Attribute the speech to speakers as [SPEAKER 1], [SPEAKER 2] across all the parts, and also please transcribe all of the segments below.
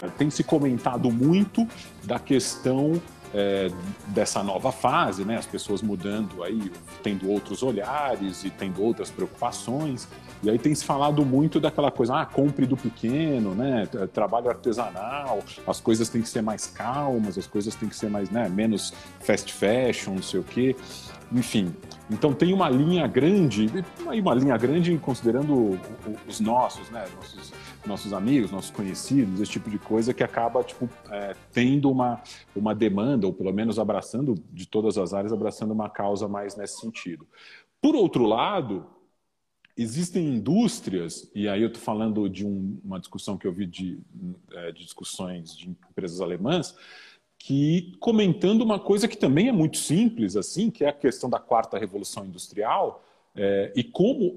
[SPEAKER 1] Tem se comentado muito da questão dessa nova fase, né? As pessoas mudando aí, tendo outros olhares e tendo outras preocupações. E aí tem se falado muito daquela coisa, compre do pequeno, né? Trabalho artesanal, as coisas têm que ser mais calmas, as coisas têm que ser mais, né? Menos fast fashion, não sei o quê. Enfim, então tem uma linha grande considerando os nossos, né? Nossos amigos, nossos conhecidos, esse tipo de coisa que acaba tendo uma demanda, ou pelo menos abraçando, de todas as áreas, abraçando uma causa mais nesse sentido. Por outro lado, existem indústrias, e aí eu estou falando de uma discussão que eu vi de discussões de empresas alemãs, que comentando uma coisa que também é muito simples, assim, que é a questão da quarta revolução industrial, e como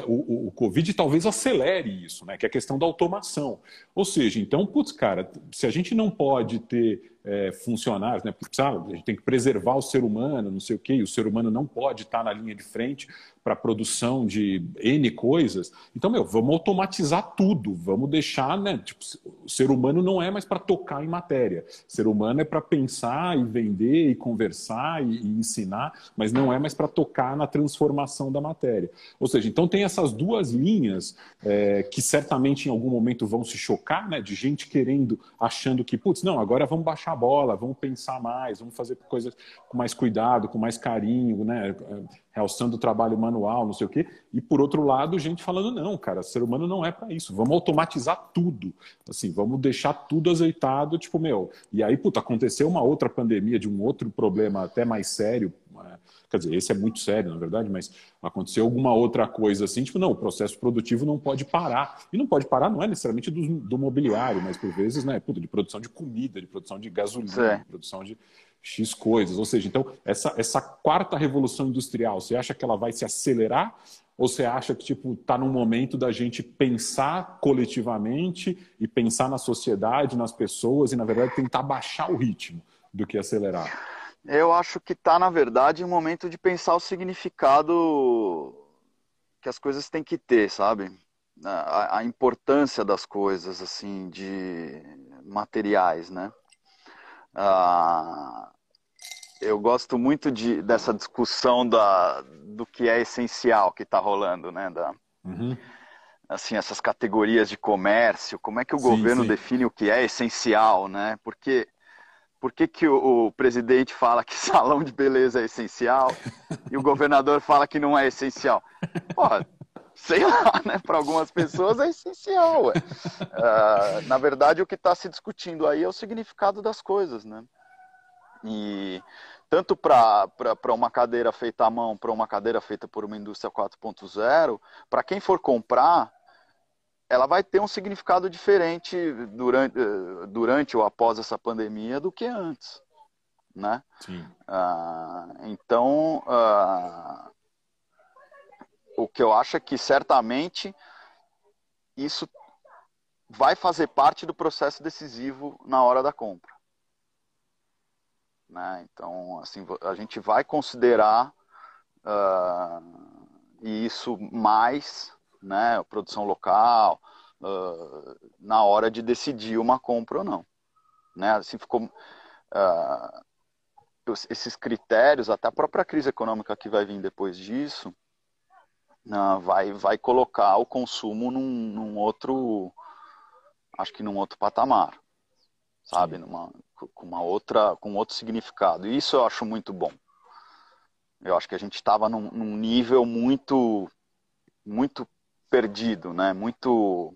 [SPEAKER 1] o Covid talvez acelere isso, né? Que é a questão da automação. Ou seja, então, putz, cara, se a gente não pode ter funcionários, né? Porque, sabe, a gente tem que preservar o ser humano, não sei o quê, e o ser humano não pode estar na linha de frente para a produção de N coisas. Então, vamos automatizar tudo, vamos deixar, né? Tipo, o ser humano não é mais para tocar em matéria. O ser humano é para pensar e vender e conversar e ensinar, mas não é mais para tocar na transformação da matéria. Ou seja, então tem essas duas linhas que certamente em algum momento vão se chocar, né? De gente querendo, achando que, putz, não, agora vamos baixar a bola, vamos pensar mais, vamos fazer coisas com mais cuidado, com mais carinho, né? Realçando o trabalho manual, não sei o quê. E, por outro lado, gente falando, não, cara, ser humano não é para isso. Vamos automatizar tudo. Assim, vamos deixar tudo azeitado, tipo, E aí, puta, aconteceu uma outra pandemia de um outro problema até mais sério. Quer dizer, esse é muito sério, na verdade, mas aconteceu alguma outra coisa assim, tipo, não, o processo produtivo não pode parar. E não pode parar não é necessariamente do mobiliário, mas por vezes, né, puta, de produção de comida, de produção de gasolina, de produção de X coisas. Ou seja, então, essa quarta revolução industrial, você acha que ela vai se acelerar? Ou você acha que tipo está num momento da gente pensar coletivamente e pensar na sociedade, nas pessoas e, na verdade, tentar baixar o ritmo do que acelerar?
[SPEAKER 2] Eu acho que está, na verdade, um momento de pensar o significado que as coisas têm que ter, sabe? A importância das coisas, assim, de materiais, né? Eu gosto muito dessa discussão do que é essencial que está rolando, né?
[SPEAKER 1] Uhum.
[SPEAKER 2] Assim, essas categorias de comércio, como é que o
[SPEAKER 1] Sim,
[SPEAKER 2] governo
[SPEAKER 1] sim.
[SPEAKER 2] define o que é essencial, né? Por que o presidente fala que salão de beleza é essencial e o governador fala que não é essencial? Porra, sei lá, né? Para algumas pessoas é essencial. Ué. Na verdade, o que está se discutindo aí é o significado das coisas, né? E tanto para uma cadeira feita à mão, para uma cadeira feita por uma indústria 4.0, para quem for comprar, ela vai ter um significado diferente durante ou após essa pandemia do que antes, né?
[SPEAKER 1] Sim.
[SPEAKER 2] Então, o que eu acho é que certamente isso vai fazer parte do processo decisivo na hora da compra, né? Então, assim, a gente vai considerar isso mais, né, produção local, na hora de decidir uma compra ou não, né? Assim ficou esses critérios, até a própria crise econômica que vai vir depois disso, vai colocar o consumo num outro, acho que num outro patamar, sabe,
[SPEAKER 1] Sim.
[SPEAKER 2] com outro significado. E isso eu acho muito bom. Eu acho que a gente estava num nível muito perdido, né? Muito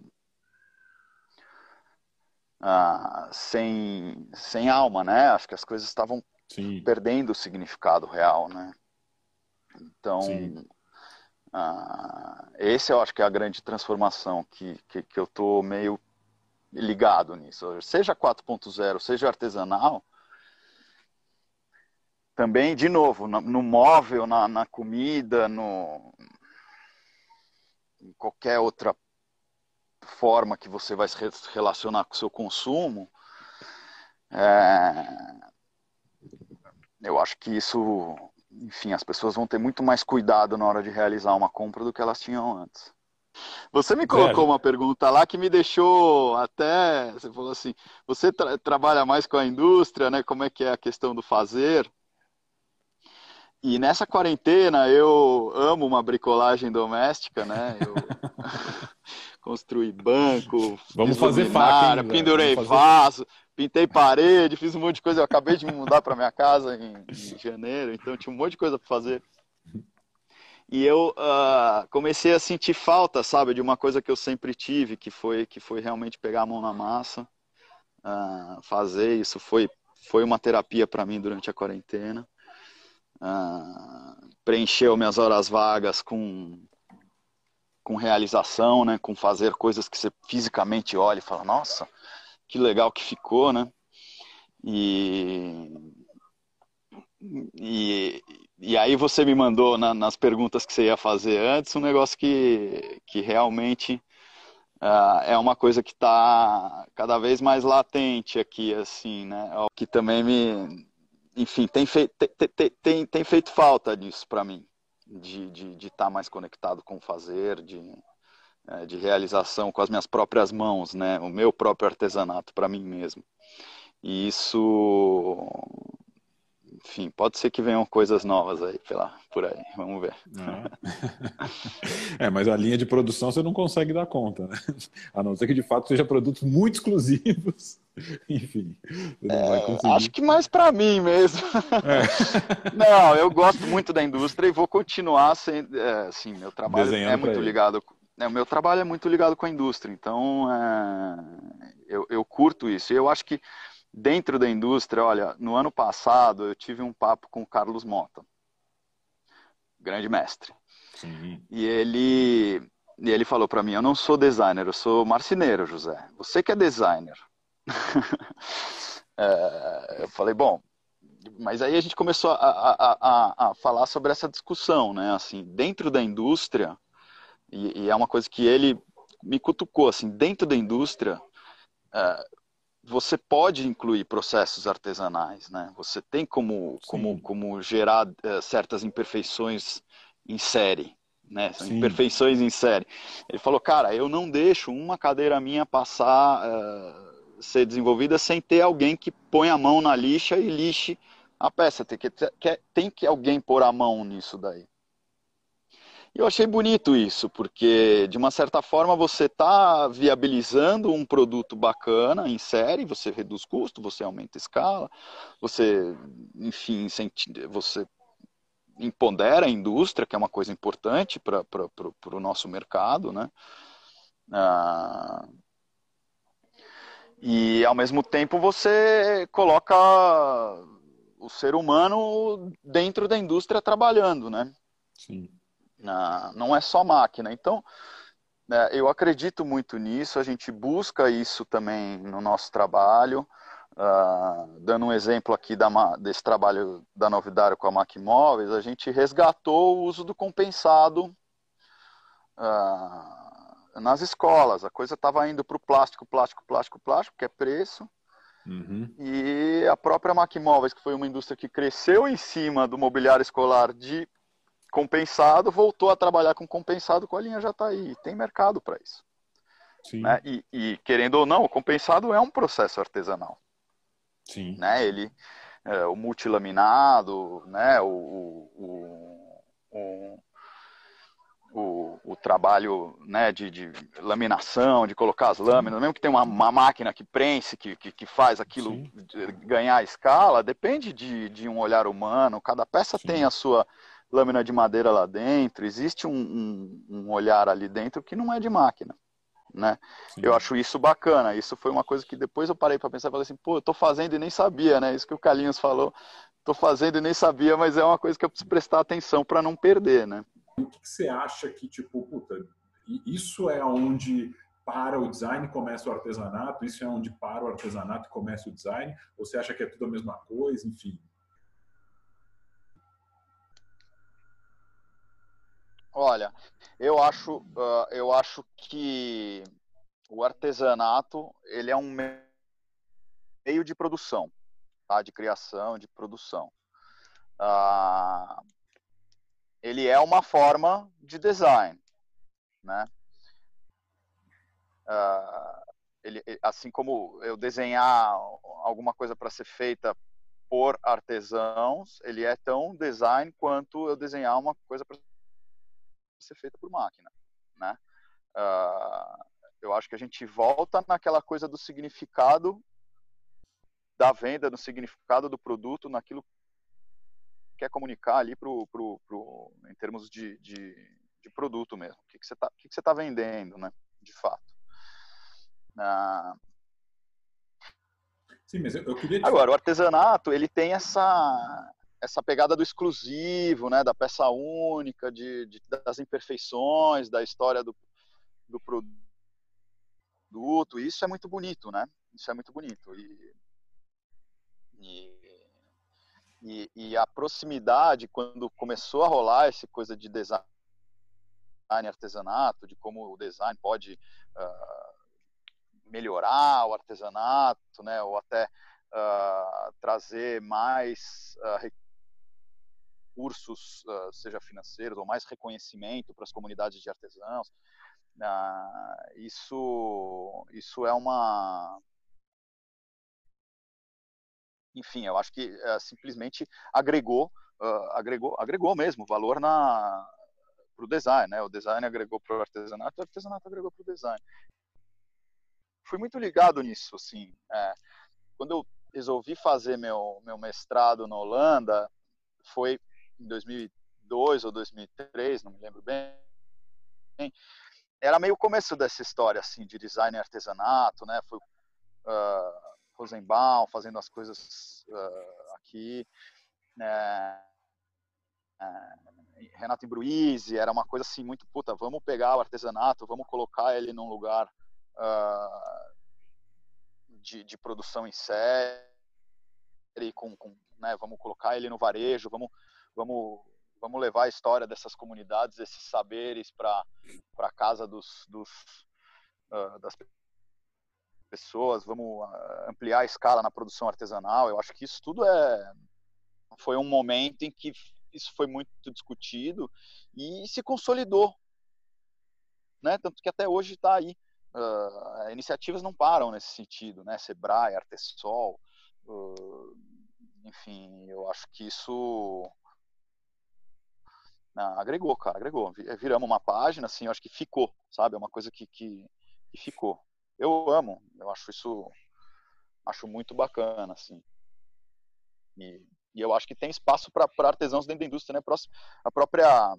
[SPEAKER 2] sem alma, né? Acho que as coisas estavam
[SPEAKER 1] Sim.
[SPEAKER 2] perdendo o significado real, né?
[SPEAKER 1] Sim.
[SPEAKER 2] Então, esse eu acho que é a grande transformação que eu tô meio ligado nisso. Seja 4.0, seja artesanal, também, de novo, no móvel, na comida, em qualquer outra forma que você vai se relacionar com o seu consumo, eu acho que isso, enfim, as pessoas vão ter muito mais cuidado na hora de realizar uma compra do que elas tinham antes. Você me colocou
[SPEAKER 1] Zé,
[SPEAKER 2] uma pergunta lá que me deixou até. Você falou assim: você trabalha mais com a indústria, né? Como é que é a questão do fazer? E nessa quarentena eu amo uma bricolagem doméstica, né? Eu construí banco,
[SPEAKER 1] vamos
[SPEAKER 2] fiz
[SPEAKER 1] fazer faca,
[SPEAKER 2] luminária,
[SPEAKER 1] hein, Zé? Vamos
[SPEAKER 2] pendurei
[SPEAKER 1] fazer.
[SPEAKER 2] vaso, pintei parede, fiz um monte de coisa. Eu acabei de me mudar para minha casa em janeiro, então tinha um monte de coisa para fazer. E eu comecei a sentir falta, sabe, de uma coisa que eu sempre tive, que foi realmente pegar a mão na massa, fazer isso foi uma terapia para mim durante a quarentena. Preencheu minhas horas vagas com realização, né, com fazer coisas que você fisicamente olha e fala, nossa, que legal que ficou, né? E, e, e aí você me mandou nas perguntas que você ia fazer antes um negócio que realmente é uma coisa que está cada vez mais latente aqui, assim, né? Que também enfim, tem feito falta disso para mim, de estar mais conectado com o fazer, de realização com as minhas próprias mãos, né? O meu próprio artesanato para mim mesmo. E isso, enfim, pode ser que venham coisas novas aí por aí, vamos ver.
[SPEAKER 1] Mas a linha de produção você não consegue dar conta, né? A não ser que de fato seja produtos muito exclusivos. Enfim, você não vai
[SPEAKER 2] Acho
[SPEAKER 1] conseguir.
[SPEAKER 2] que mais para mim mesmo. Não, eu gosto muito da indústria e vou continuar sendo, assim, meu trabalho é
[SPEAKER 1] Desenhando para
[SPEAKER 2] muito
[SPEAKER 1] ele.
[SPEAKER 2] ligado, o meu trabalho é muito ligado com a indústria, então eu curto isso. E eu acho que dentro da indústria, olha, no ano passado eu tive um papo com o Carlos Mota, grande mestre.
[SPEAKER 1] Sim.
[SPEAKER 2] E ele falou para mim, eu não sou designer, eu sou marceneiro, José. Você que é designer. Eu falei, bom, mas aí a gente começou a falar sobre essa discussão, né? Assim, dentro da indústria, e é uma coisa que ele me cutucou, assim, dentro da indústria, você pode incluir processos artesanais, né? Você tem
[SPEAKER 1] Sim.
[SPEAKER 2] como gerar certas imperfeições em série, né? São
[SPEAKER 1] Sim.
[SPEAKER 2] imperfeições em série. Ele falou, cara, eu não deixo uma cadeira minha passar, ser desenvolvida sem ter alguém que põe a mão na lixa e lixe a peça. Tem que alguém pôr a mão nisso daí. E eu achei bonito isso, porque de uma certa forma você está viabilizando um produto bacana em série, você reduz custo, você aumenta a escala, você, enfim, você empodera a indústria, que é uma coisa importante para o nosso mercado, né? Ah, e ao mesmo tempo você coloca o ser humano dentro da indústria trabalhando, né?
[SPEAKER 1] Sim.
[SPEAKER 2] Não é só máquina. Então, eu acredito muito nisso, a gente busca isso também no nosso trabalho. Dando um exemplo aqui desse trabalho da Novidário com a Macmóveis, a gente resgatou o uso do compensado nas escolas. A coisa estava indo para o plástico, plástico, plástico, plástico, que é preço.
[SPEAKER 1] Uhum.
[SPEAKER 2] E a própria Macmóveis, que foi uma indústria que cresceu em cima do mobiliário escolar de compensado, voltou a trabalhar com compensado com a linha Jataí. Tem mercado para isso. Né?
[SPEAKER 1] Sim.
[SPEAKER 2] E, querendo ou não, o compensado é um processo artesanal.
[SPEAKER 1] Sim.
[SPEAKER 2] Né? O multilaminado, né? O trabalho, né, de laminação, de colocar as
[SPEAKER 1] Sim.
[SPEAKER 2] lâminas, mesmo que tenha uma máquina que prense, que faz aquilo
[SPEAKER 1] Sim.
[SPEAKER 2] ganhar escala, depende de um olhar humano. Cada peça tem
[SPEAKER 1] Sim.
[SPEAKER 2] a sua lâmina de madeira lá dentro, existe um olhar ali dentro que não é de máquina. Né? Eu
[SPEAKER 1] Sim.
[SPEAKER 2] acho isso bacana. Isso foi uma coisa que depois eu parei para pensar e falei assim, pô, eu tô fazendo e nem sabia, né? Isso que o Carlinhos falou, tô fazendo e nem sabia, mas é uma coisa que eu preciso prestar atenção para não perder, né?
[SPEAKER 1] O que você acha que, tipo, puta, isso é onde para o design começa o artesanato, isso é onde para o artesanato começa o design, ou você acha que é tudo a mesma coisa, enfim?
[SPEAKER 2] Olha, eu acho que o artesanato ele é um meio de produção, tá? De criação, de produção. Ah, ele é uma forma de design, né? Assim como eu desenhar alguma coisa para ser feita por artesãos, ele é tão design quanto eu desenhar uma coisa para ser feita por máquina, né? Eu acho que a gente volta naquela coisa do significado da venda, no significado do produto, naquilo que quer comunicar ali em termos de produto mesmo. O que você tá vendendo, né? De fato.
[SPEAKER 1] Sim, mas eu queria te
[SPEAKER 2] Agora, o
[SPEAKER 1] falar.
[SPEAKER 2] artesanato, ele tem essa pegada do exclusivo, né? Da peça única, das imperfeições, da história do produto. E isso é muito bonito, né? Isso é muito bonito. E a proximidade, quando começou a rolar essa coisa de design e artesanato, de como o design pode melhorar o artesanato, né? Ou até trazer mais recursos, seja financeiros, ou mais reconhecimento para as comunidades de artesãos. Isso é uma... Enfim, eu acho que simplesmente agregou mesmo valor para o design, né? O design agregou para o artesanato agregou para o design. Fui muito ligado nisso, assim. Quando eu resolvi fazer meu mestrado na Holanda, foi em 2002 ou 2003, não me lembro bem. Era meio o começo dessa história, assim, de design e artesanato, né? Foi Rosenbaum fazendo as coisas aqui, né? Renato Imbruise, era uma coisa assim muito, puta, vamos pegar o artesanato, vamos colocar ele num lugar de produção em série, né, vamos colocar ele no varejo, vamos levar a história dessas comunidades, esses saberes para a casa das pessoas, vamos ampliar a escala na produção artesanal. Eu acho que isso tudo foi um momento em que isso foi muito discutido e se consolidou, né? Tanto que até hoje está aí. Iniciativas não param nesse sentido, né? Sebrae, Artesol, enfim, eu acho que isso agregou, cara, agregou. Viramos uma página, assim, eu acho que ficou, sabe? É uma coisa que ficou. Eu amo, eu acho muito bacana, assim. E eu acho que tem espaço para artesãos dentro da indústria, né? A própria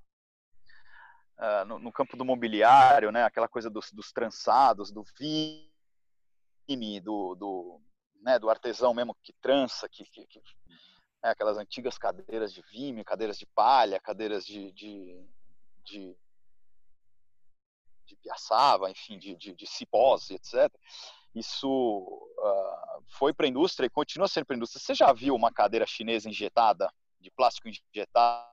[SPEAKER 2] no campo do mobiliário, né? Aquela coisa dos trançados, do vime, né? Do artesão mesmo que trança, aquelas antigas cadeiras de vime, cadeiras de palha, cadeiras de piaçava, enfim, de cipós, etc. Isso foi para a indústria e continua sendo para a indústria. Você já viu uma cadeira chinesa injetada, de plástico injetado,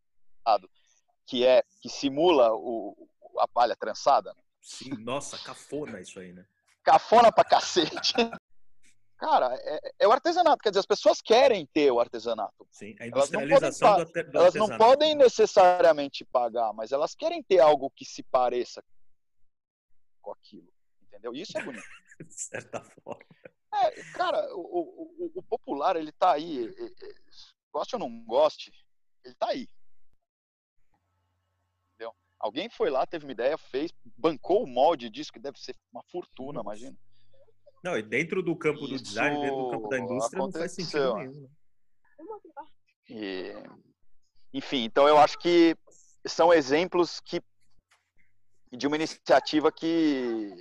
[SPEAKER 2] que simula a palha trançada?
[SPEAKER 3] Sim, nossa, cafona isso aí, né?
[SPEAKER 2] Cafona pra cacete. Cara, é o artesanato. Quer dizer, as pessoas querem ter o artesanato.
[SPEAKER 3] Sim, a industrialização do artesanato.
[SPEAKER 2] Elas não podem necessariamente pagar, mas elas querem ter algo que se pareça com aquilo. Entendeu? Isso é bonito.
[SPEAKER 3] De certa forma.
[SPEAKER 2] Cara, o popular, ele tá aí. Goste ou não goste, ele tá aí. Entendeu? Alguém foi lá, teve uma ideia, fez, bancou o molde disso, que deve ser uma fortuna, imagina.
[SPEAKER 3] Não, e dentro do campo do design, dentro do campo da indústria, não faz sentido nenhum.
[SPEAKER 2] Né? Enfim, então eu acho que são exemplos de uma iniciativa que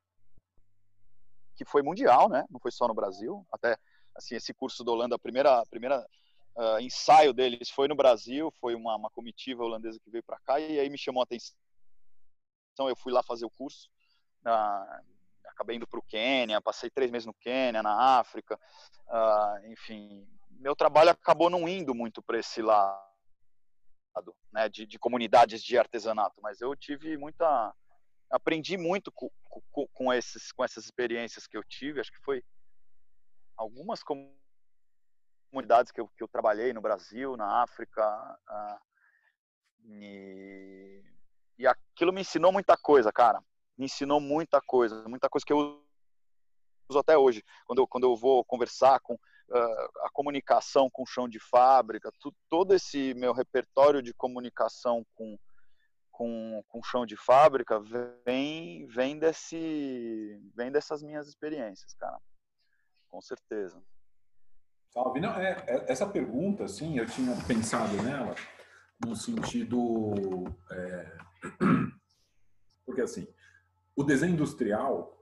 [SPEAKER 2] foi mundial, né? Não foi só no Brasil. Até assim, esse curso da Holanda, a primeira ensaio deles foi no Brasil, foi uma comitiva holandesa que veio para cá e aí me chamou a atenção. Eu fui lá fazer o curso. Acabei indo para o Quênia, passei 3 meses no Quênia, na África, enfim, meu trabalho acabou não indo muito para esse lado, né, de comunidades de artesanato, mas eu tive aprendi muito com essas experiências que eu tive. Acho que foi algumas comunidades que eu trabalhei no Brasil, na África, e aquilo me ensinou muita coisa, cara. me ensinou muita coisa que eu uso até hoje. Quando eu vou conversar com a comunicação com chão de fábrica, todo esse meu repertório de comunicação com chão de fábrica vem dessas minhas experiências, cara. Com certeza.
[SPEAKER 1] Salve. Não, essa pergunta, assim, eu tinha pensado nela no sentido... porque, assim, o desenho industrial,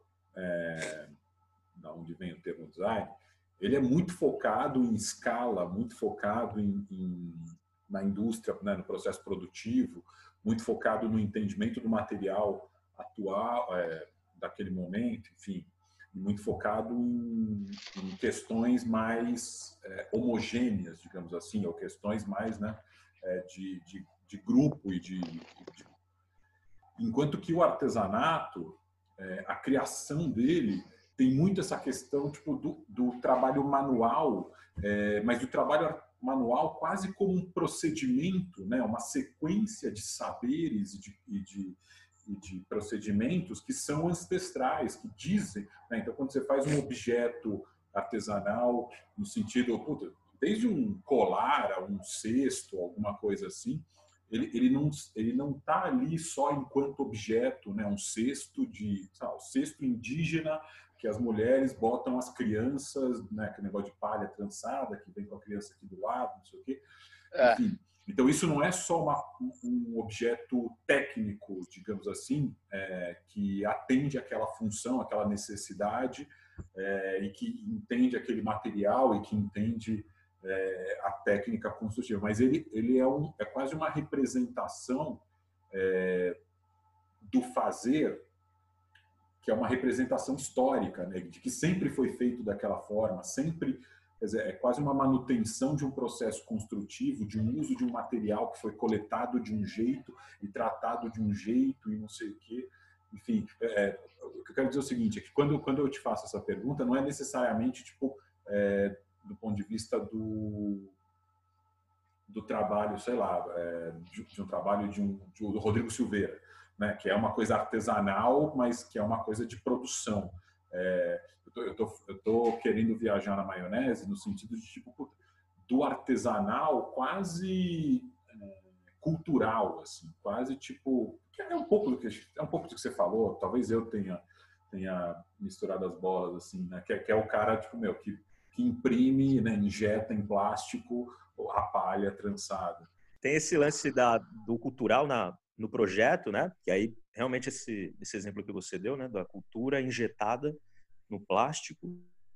[SPEAKER 1] da onde vem o termo design, ele é muito focado em escala, muito focado na indústria, né, no processo produtivo, muito focado no entendimento do material atual, daquele momento, enfim, e muito focado em questões mais homogêneas, digamos assim, ou questões mais, né, de grupo e enquanto que o artesanato, a criação dele tem muito essa questão tipo do trabalho manual, mas do trabalho manual quase como um procedimento, né, uma sequência de saberes e de procedimentos que são ancestrais, que dizem, né? Então, quando você faz um objeto artesanal, no sentido, puta, desde um colar, um cesto, alguma coisa assim, ele não está ali só enquanto objeto, né? Um cesto um cesto indígena que as mulheres botam as crianças, né? Aquele negócio de palha trançada que vem com a criança aqui do lado, não sei o quê. Enfim, então isso não é só um objeto técnico, digamos assim, que atende aquela função, aquela necessidade, e que entende aquele material e que entende a técnica construtiva, mas ele é quase uma representação do fazer, que é uma representação histórica, né, de que sempre foi feito daquela forma, sempre, quer dizer, é quase uma manutenção de um processo construtivo, de um uso de um material que foi coletado de um jeito e tratado de um jeito e não sei o quê. Enfim, o que eu quero dizer é o seguinte, é que quando eu te faço essa pergunta, não é necessariamente tipo do ponto de vista do trabalho, sei lá, de um trabalho do Rodrigo Silveira, né, que é uma coisa artesanal, mas que é uma coisa de produção. Eu tô querendo viajar na maionese no sentido de tipo do artesanal quase cultural, assim, quase tipo é um pouco do que você falou. Talvez eu tenha misturado as bolas assim, né, que é o cara tipo que imprime, né, injeta em plástico a palha trançada.
[SPEAKER 3] Tem esse lance do cultural no projeto, né? Que aí realmente esse exemplo que você deu, né, da cultura injetada no plástico.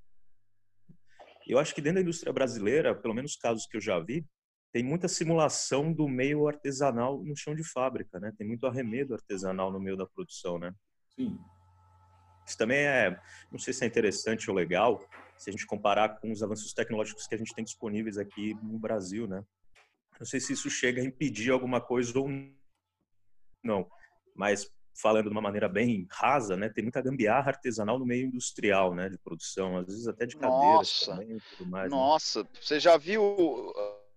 [SPEAKER 3] Eu acho que dentro da indústria brasileira, pelo menos casos que eu já vi, tem muita simulação do meio artesanal no chão de fábrica, né? Tem muito arremedo artesanal no meio da produção, né?
[SPEAKER 1] Sim.
[SPEAKER 3] Isso também não sei se é interessante ou legal, se a gente comparar com os avanços tecnológicos que a gente tem disponíveis aqui no Brasil, né? Não sei se isso chega a impedir alguma coisa ou não, mas falando de uma maneira bem rasa, né? Tem muita gambiarra artesanal no meio industrial, né? De produção, às vezes até de cadeiras também, tudo mais.
[SPEAKER 2] Nossa, né? Você já viu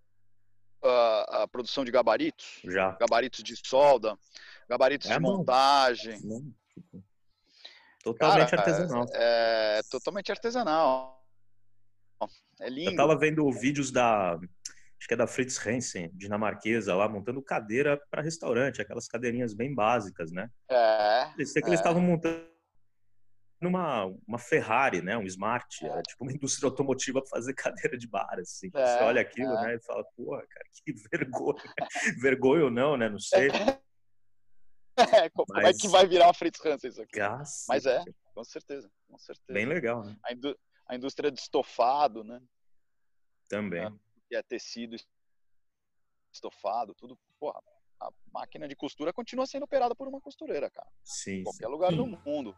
[SPEAKER 2] a produção de gabaritos?
[SPEAKER 3] Já.
[SPEAKER 2] Gabaritos de solda, gabaritos de montagem.
[SPEAKER 3] Totalmente artesanal.
[SPEAKER 2] É totalmente artesanal. É lindo.
[SPEAKER 3] Eu tava vendo vídeos acho que é da Fritz Hansen, dinamarquesa, lá montando cadeira para restaurante, aquelas cadeirinhas bem básicas, né? Eles estavam montando uma Ferrari, né? Um Smart, era tipo uma indústria automotiva para fazer cadeira de bar, assim. Você olha aquilo, né? E fala, porra, cara, que vergonha. Vergonha ou não, né? Não sei.
[SPEAKER 2] Como é que vai virar uma Fritz Hansen isso aqui?
[SPEAKER 3] Graças.
[SPEAKER 2] Mas com certeza, com certeza.
[SPEAKER 3] Bem legal, né?
[SPEAKER 2] A indústria de estofado, né?
[SPEAKER 3] Também.
[SPEAKER 2] Que é tecido estofado, tudo, porra. A máquina de costura continua sendo operada por uma costureira, cara.
[SPEAKER 3] Sim.
[SPEAKER 2] Em qualquer lugar do mundo.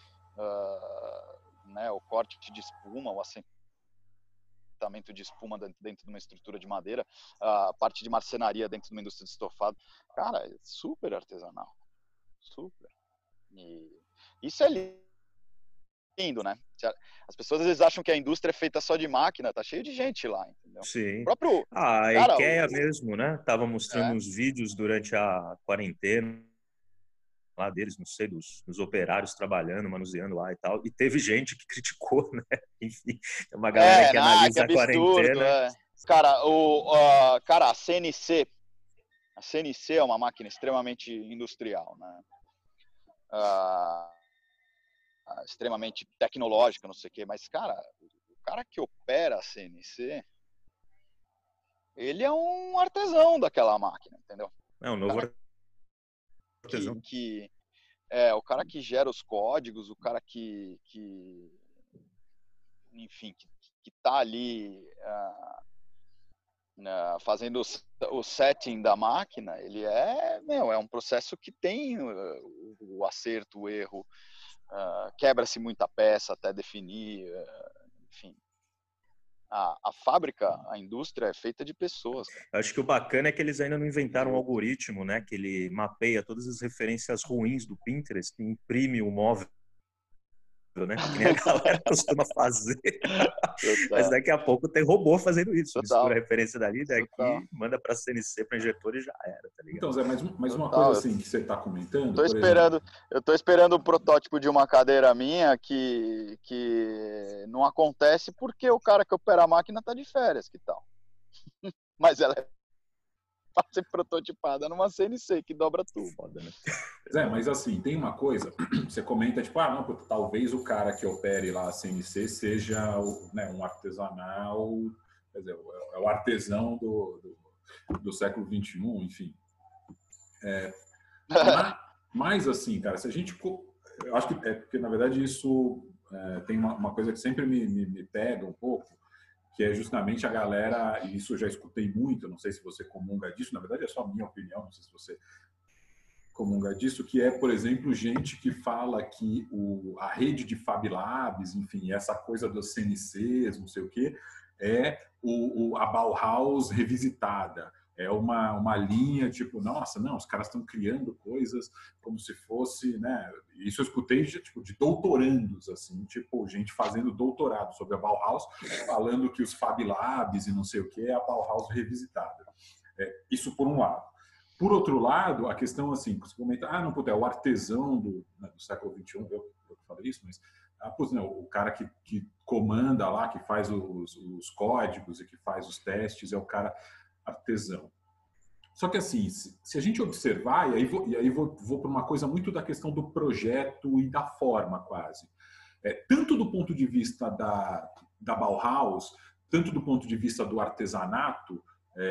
[SPEAKER 2] Né, o corte de espuma, o assentamento de espuma dentro de uma estrutura de madeira, a parte de marcenaria dentro de uma indústria de estofado. Cara, é super artesanal. Super. E isso é lindo, né? As pessoas às vezes acham que a indústria é feita só de máquina, tá cheio de gente lá, entendeu?
[SPEAKER 3] Sim.
[SPEAKER 2] A
[SPEAKER 3] IKEA mesmo, né? Tava mostrando uns vídeos durante a quarentena lá deles, não sei, dos operários trabalhando, manuseando lá e tal, e teve gente que criticou, né? Enfim, é uma galera que analisa
[SPEAKER 2] que absurdo,
[SPEAKER 3] a quarentena.
[SPEAKER 2] Cara, cara, a CNC é uma máquina extremamente industrial, né? Extremamente tecnológica, não sei o quê, mas, cara, o cara que opera a CNC, ele é um artesão daquela máquina, entendeu?
[SPEAKER 3] É um novo artesão.
[SPEAKER 2] O cara que gera os códigos, o cara que enfim, que tá ali fazendo o setting da máquina, ele é um processo que tem o acerto, o erro, quebra-se muita peça até definir, enfim. A fábrica, a indústria é feita de pessoas.
[SPEAKER 3] Eu acho que o bacana é que eles ainda não inventaram um algoritmo, né? Que ele mapeia todas as referências ruins do Pinterest e imprime o móvel, né? Que nem a galera costuma fazer. Mas daqui a pouco tem robô fazendo isso. Mistura a referência dali, daqui, manda para CNC, para injetor e já era, tá ligado?
[SPEAKER 1] Então, Zé, mais uma coisa assim que você está comentando.
[SPEAKER 2] Eu tô esperando o protótipo de uma cadeira minha que não acontece porque o cara que opera a máquina tá de férias, que tal? Mas ela é para ser prototipada numa CNC que dobra tudo.
[SPEAKER 3] Foda, né?
[SPEAKER 1] Zé, mas assim, tem uma coisa, você comenta, tipo, não, talvez o cara que opere lá a CNC seja um artesanal, quer dizer, é o artesão do século XXI, enfim. Mas assim, cara, se a gente... Eu acho que porque, na verdade, isso tem uma coisa que sempre me pega um pouco, que é justamente a galera, e isso eu já escutei muito, não sei se você comunga disso, na verdade é só a minha opinião, não sei se você comunga disso, que é, por exemplo, gente que fala que a rede de Fab Labs, enfim, essa coisa dos CNCs, não sei o quê, é a Bauhaus revisitada. É uma linha tipo, nossa, não, os caras estão criando coisas como se fosse, né? Isso eu escutei de doutorandos, assim, tipo, gente fazendo doutorado sobre a Bauhaus, falando que os Fab Labs e não sei o que é a Bauhaus revisitada. Isso por um lado. Por outro lado, a questão assim, você comenta, não, é o artesão do século XXI, eu falei isso, mas o cara que comanda lá, que faz os códigos e que faz os testes, é o cara artesão. Só que assim, se a gente observar, e aí vou para uma coisa muito da questão do projeto e da forma quase. Tanto do ponto de vista da Bauhaus, tanto do ponto de vista do artesanato,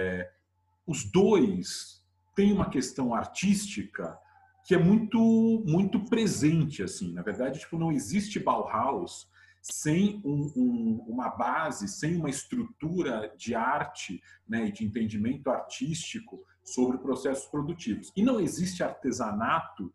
[SPEAKER 1] os dois têm uma questão artística que é muito, muito presente. Assim. Na verdade, tipo, não existe Bauhaus sem uma base, sem uma estrutura de arte, né, e de entendimento artístico sobre processos produtivos. E não existe artesanato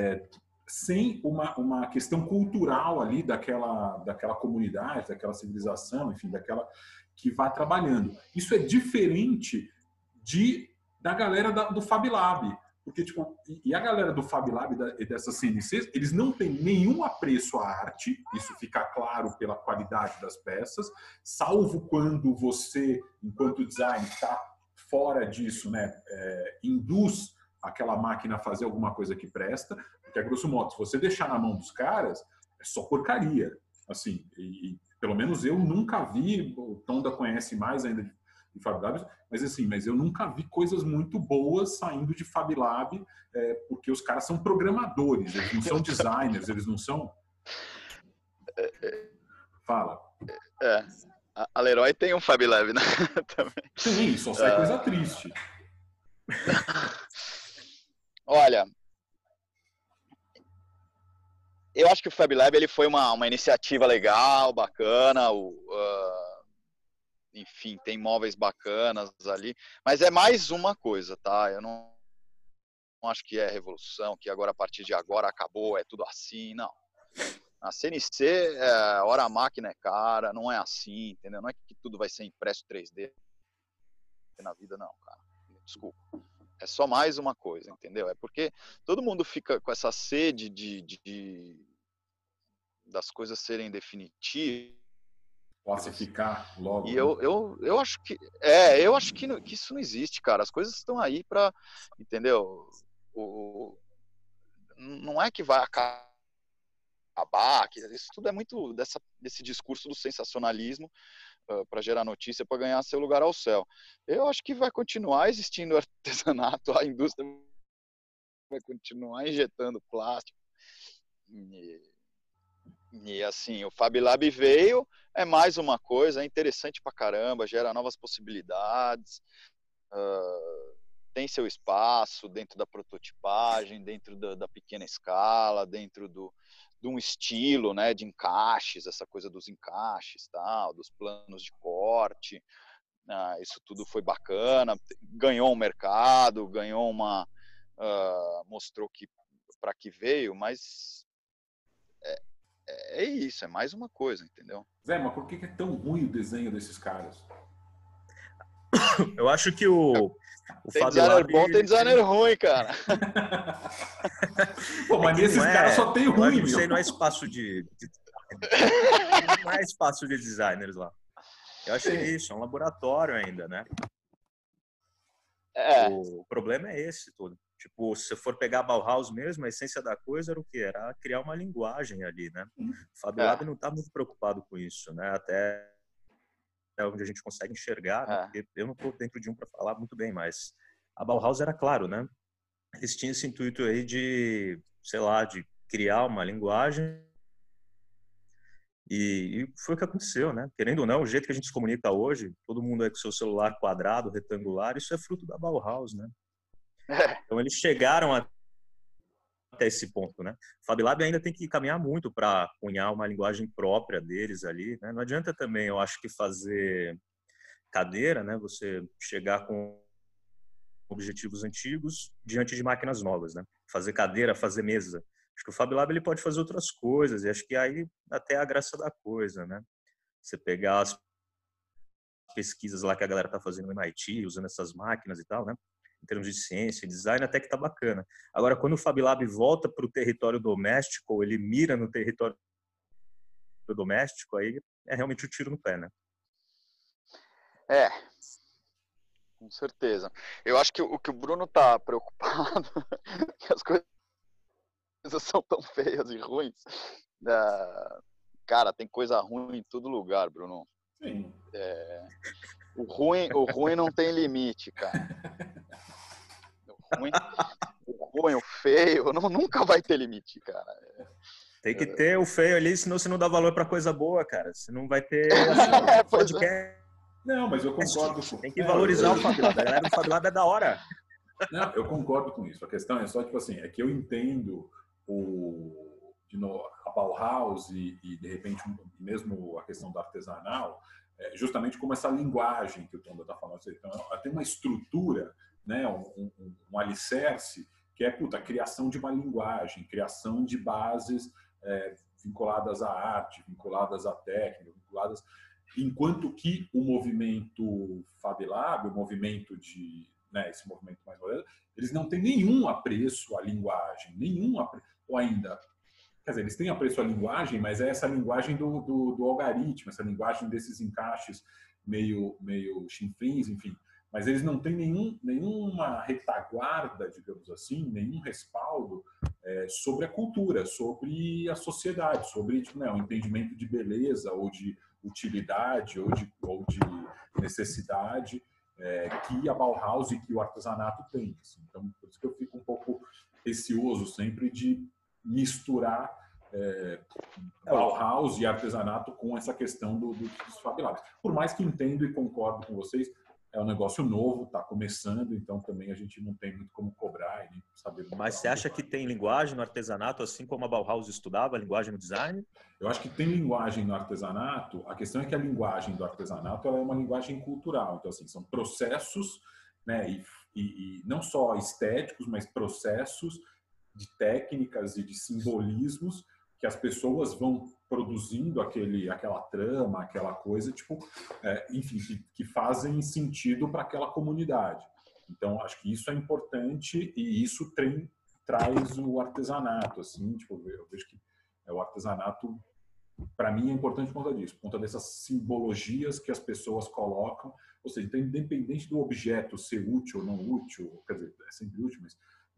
[SPEAKER 1] sem uma questão cultural ali daquela comunidade, daquela civilização, enfim, daquela que vai trabalhando. Isso é diferente da galera do Fab Lab. Porque, tipo, e a galera do Fab Lab e dessas CNCs, eles não têm nenhum apreço à arte, isso fica claro pela qualidade das peças, salvo quando você, enquanto design, está fora disso, né, induz aquela máquina a fazer alguma coisa que presta, porque, a grosso modo, se você deixar na mão dos caras, é só porcaria. Assim, e pelo menos eu nunca vi, o Tonda conhece mais ainda de Fab Labs, mas eu nunca vi coisas muito boas saindo de Fab Lab, porque os caras são programadores, eles não são designers, eles não são... Fala.
[SPEAKER 2] A Leroy tem um Fab Lab, né?
[SPEAKER 1] Também. Sim, só sai coisa triste.
[SPEAKER 2] Olha, eu acho que o Fab Lab ele foi uma iniciativa legal, bacana, enfim, tem móveis bacanas ali, mas é mais uma coisa, tá? Eu não acho que é revolução, que agora a partir de agora acabou, é tudo assim, não. A CNC, hora a máquina é cara, não é assim, entendeu? Não é que tudo vai ser impresso 3D na vida, não, cara. Desculpa. É só mais uma coisa, entendeu? É porque todo mundo fica com essa sede das coisas serem definitivas.
[SPEAKER 1] Classificar logo.
[SPEAKER 2] E eu acho que que isso não existe, cara. As coisas estão aí para, entendeu? não é que vai acabar, que isso tudo é muito desse discurso do sensacionalismo para gerar notícia, para ganhar seu lugar ao céu. Eu acho que vai continuar existindo artesanato, a indústria vai continuar injetando plástico. E assim, o Fab Lab veio, é mais uma coisa, é interessante pra caramba, gera novas possibilidades, tem seu espaço dentro da prototipagem, dentro da pequena escala, dentro de um estilo, né, de encaixes, essa coisa dos encaixes, tal, dos planos de corte. Isso tudo foi bacana, ganhou um mercado, ganhou mostrou que para que veio, mas é isso, é mais uma coisa, entendeu?
[SPEAKER 1] Zé, mas por que é tão ruim o desenho desses caras?
[SPEAKER 3] Eu acho que o
[SPEAKER 2] tem designer bom, tem designer ruim, cara.
[SPEAKER 1] Pô, mas nesses caras só tem ruim,
[SPEAKER 3] meu. Não é espaço de não é espaço de designers lá. Eu acho que é isso, é um laboratório ainda, né? O problema é esse todo. Tipo, se você for pegar a Bauhaus mesmo, a essência da coisa era o quê? Era criar uma linguagem ali, né? O Fab Lab não está muito preocupado com isso, né? Até onde a gente consegue enxergar, né? Porque eu não estou dentro de um para falar muito bem, mas a Bauhaus era claro, né? Eles tinham esse intuito aí de, sei lá, de criar uma linguagem e foi o que aconteceu, né? Querendo ou não, o jeito que a gente se comunica hoje, todo mundo é com seu celular quadrado, retangular, isso é fruto da Bauhaus, né? Então eles chegaram até esse ponto, né? O Fab Lab ainda tem que caminhar muito para cunhar uma linguagem própria deles ali, né? Não adianta também, eu acho que fazer cadeira, né? Você chegar com objetivos antigos diante de máquinas novas, né? Fazer cadeira, fazer mesa. Acho que o Fab Lab ele pode fazer outras coisas e acho que aí até a graça da coisa, né? Você pegar as pesquisas lá que a galera tá fazendo no MIT, usando essas máquinas e tal, né? Em termos de ciência e design, até que tá bacana. Agora, quando o Fab Lab volta para o território doméstico, ou ele mira no território doméstico, aí é realmente o tiro no pé, né?
[SPEAKER 2] Com certeza. Eu acho que o que o Bruno tá preocupado que as coisas são tão feias e ruins. Cara, tem coisa ruim em todo lugar, Bruno.
[SPEAKER 1] Sim.
[SPEAKER 2] O ruim não tem limite, cara. O ruim, o feio, nunca vai ter limite, cara.
[SPEAKER 3] Tem que ter o feio ali, senão você não dá valor pra coisa boa, cara. Você não vai ter assim, podcast.
[SPEAKER 1] Não, mas eu concordo.
[SPEAKER 3] Tem que valorizar o Fab Lab. A galera do Fab Lab é da hora.
[SPEAKER 1] Não, eu concordo com isso. A questão é só, tipo assim, é que eu entendo a Bauhaus e de repente, mesmo a questão do artesanal, justamente como essa linguagem que o Tonda está falando. Então, tem uma estrutura, né, um alicerce, que é a criação de uma linguagem, criação de bases vinculadas à arte, vinculadas à técnica, vinculadas... Enquanto que o movimento Fab Lab, o movimento esse movimento mais moderno, eles não têm nenhum apreço à linguagem, ou ainda, quer dizer, eles têm apreço à linguagem, mas é essa linguagem do algoritmo, essa linguagem desses encaixes meio chinfrins, enfim. Mas eles não têm nenhuma retaguarda, digamos assim, nenhum respaldo sobre a cultura, sobre a sociedade, sobre o entendimento de beleza ou de utilidade ou de necessidade que a Bauhaus e que o artesanato tem. Assim. Então, por isso que eu fico um pouco receoso sempre de misturar Bauhaus e artesanato com essa questão dos Fab Labs. Por mais que entendo e concordo com vocês, é um negócio novo, está começando, então também a gente não tem muito como cobrar e nem saber.
[SPEAKER 3] Mas você acha que tem linguagem no artesanato, assim como a Bauhaus estudava linguagem no design?
[SPEAKER 1] Eu acho que tem linguagem no artesanato. A questão é que a linguagem do artesanato ela é uma linguagem cultural. Então, assim, são processos, né, e não só estéticos, mas processos de técnicas e de simbolismos que as pessoas vão produzindo aquela trama, aquela coisa, enfim, que fazem sentido para aquela comunidade. Então, acho que isso é importante e isso traz o artesanato, assim, eu vejo que o artesanato, para mim, é importante por conta disso, por conta dessas simbologias que as pessoas colocam, ou seja, independente do objeto ser útil ou não útil, quer dizer, é sempre útil, mas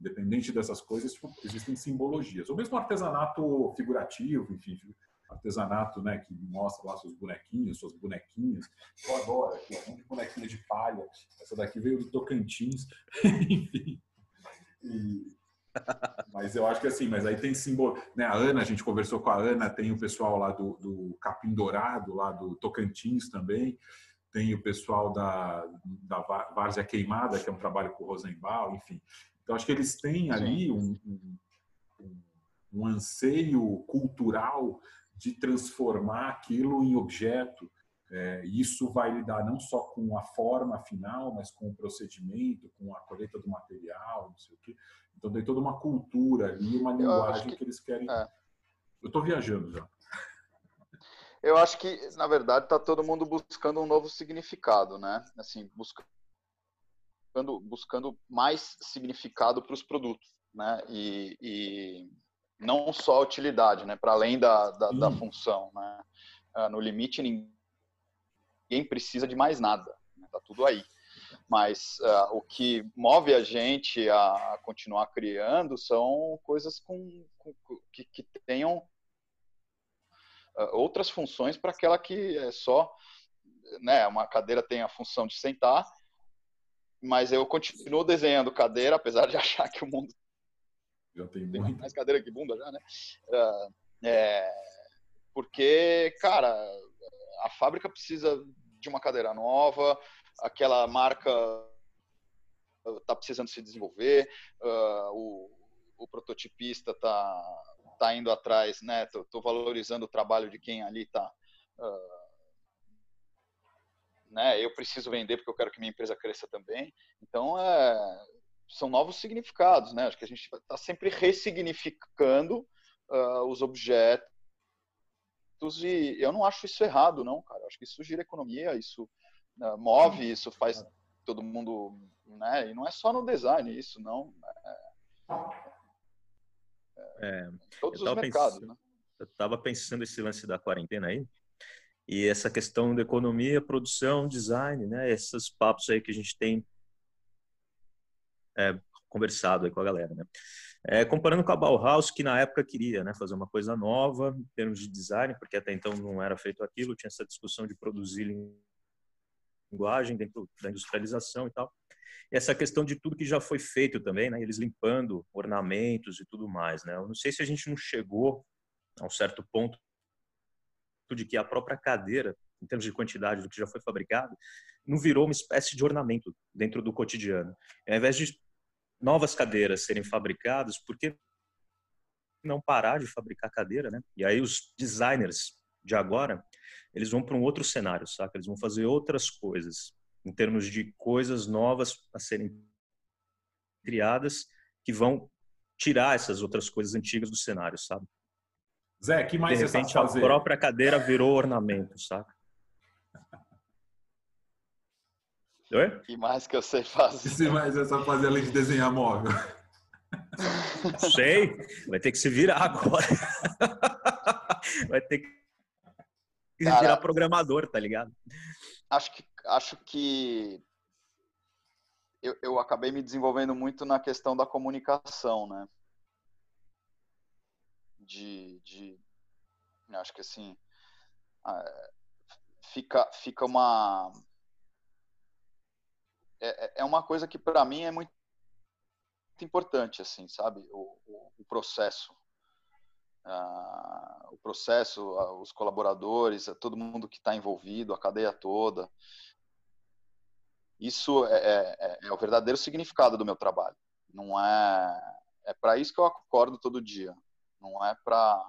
[SPEAKER 1] independente dessas coisas, tipo, existem simbologias. Ou mesmo artesanato figurativo, enfim, artesanato, né, que mostra lá seus bonequinhos, suas bonequinhas. Eu adoro aqui, um monte de bonequinha de palha. Essa daqui veio do Tocantins, enfim. Mas eu acho que assim, mas aí tem símbolo, né? A Ana, a gente conversou com a Ana, tem o pessoal lá do Capim Dourado, lá do Tocantins também, tem o pessoal da Várzea Queimada, que é um trabalho com o Rosenbaum, enfim. Então acho que eles têm ali um anseio cultural de transformar aquilo em objeto. Isso vai lidar não só com a forma final, mas com o procedimento, com a colheita do material, não sei o quê. Então tem toda uma cultura ali, uma linguagem que eles querem. Eu estou viajando já.
[SPEAKER 2] Eu acho que, na verdade, está todo mundo buscando um novo significado, né? Assim, buscando mais significado para os produtos, né? E não só a utilidade, né? Para além da função, né? No limite, ninguém precisa de mais nada, né? Tá tudo aí. Mas o que move a gente a continuar criando são coisas que tenham outras funções para aquela que é só, né? Uma cadeira tem a função de sentar, mas eu continuo desenhando cadeira, apesar de achar que o mundo
[SPEAKER 1] já tem
[SPEAKER 2] mais cadeira que bunda já, né? Porque, cara, a fábrica precisa de uma cadeira nova, aquela marca está precisando se desenvolver, o prototipista está indo atrás, né? Tô valorizando o trabalho de quem ali está, né? Eu preciso vender porque eu quero que minha empresa cresça também. Então, são novos significados, né? Acho que a gente está sempre ressignificando os objetos e eu não acho isso errado, não, cara. Acho que isso gira a economia, isso move, isso faz todo mundo, né? E não é só no design isso, não. Todos os mercados, né?
[SPEAKER 3] Eu estava pensando esse lance da quarentena aí, e essa questão da economia, produção, design, né? Esses papos aí que a gente tem conversado aí com a galera, né? Comparando com a Bauhaus, que na época queria, né, fazer uma coisa nova em termos de design, porque até então não era feito aquilo, tinha essa discussão de produzir linguagem dentro da industrialização e tal. E essa questão de tudo que já foi feito também, né? Eles limpando ornamentos e tudo mais, né? Eu não sei se a gente não chegou a um certo ponto de que a própria cadeira, em termos de quantidade do que já foi fabricado, não virou uma espécie de ornamento dentro do cotidiano. Ao invés de novas cadeiras serem fabricadas, por que não parar de fabricar cadeira, né? E aí os designers de agora, eles vão para um outro cenário, saca? Eles vão fazer outras coisas, em termos de coisas novas a serem criadas, que vão tirar essas outras coisas antigas do cenário, sabe?
[SPEAKER 1] Zé, que mais
[SPEAKER 3] de repente a própria cadeira virou ornamento, saca? Oi?
[SPEAKER 2] Que mais que eu sei fazer?
[SPEAKER 1] Que mais é só fazer além de desenhar móvel?
[SPEAKER 3] Sei, vai ter que se virar agora. Vai ter que virar programador, tá ligado?
[SPEAKER 2] Acho que eu acabei me desenvolvendo muito na questão da comunicação, né? Acho que assim fica uma uma coisa que para mim é muito importante, assim, sabe? O processo, os colaboradores, todo mundo que está envolvido, a cadeia toda. Isso é o verdadeiro significado do meu trabalho. Não é para isso que eu acordo todo dia. Não é para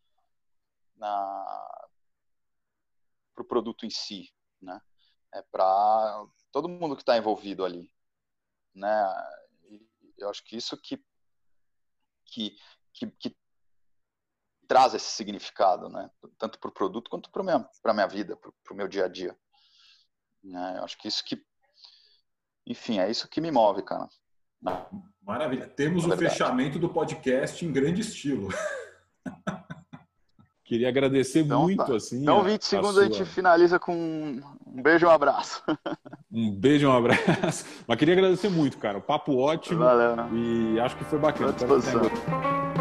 [SPEAKER 2] o produto em si, né? É para todo mundo que está envolvido ali, né? Eu acho que isso que traz esse significado, né? Tanto para o produto quanto para a minha vida, para o meu dia a dia. Eu acho que isso enfim, é isso que me move, cara.
[SPEAKER 1] Maravilha. Temos o fechamento do podcast em grande estilo. Queria agradecer muito, assim.
[SPEAKER 2] Então, 20 segundos a gente finaliza com um beijo e um abraço.
[SPEAKER 1] Um beijo, um abraço. Mas queria agradecer muito, cara. O papo ótimo.
[SPEAKER 2] Valeu.
[SPEAKER 1] E acho que foi bacana.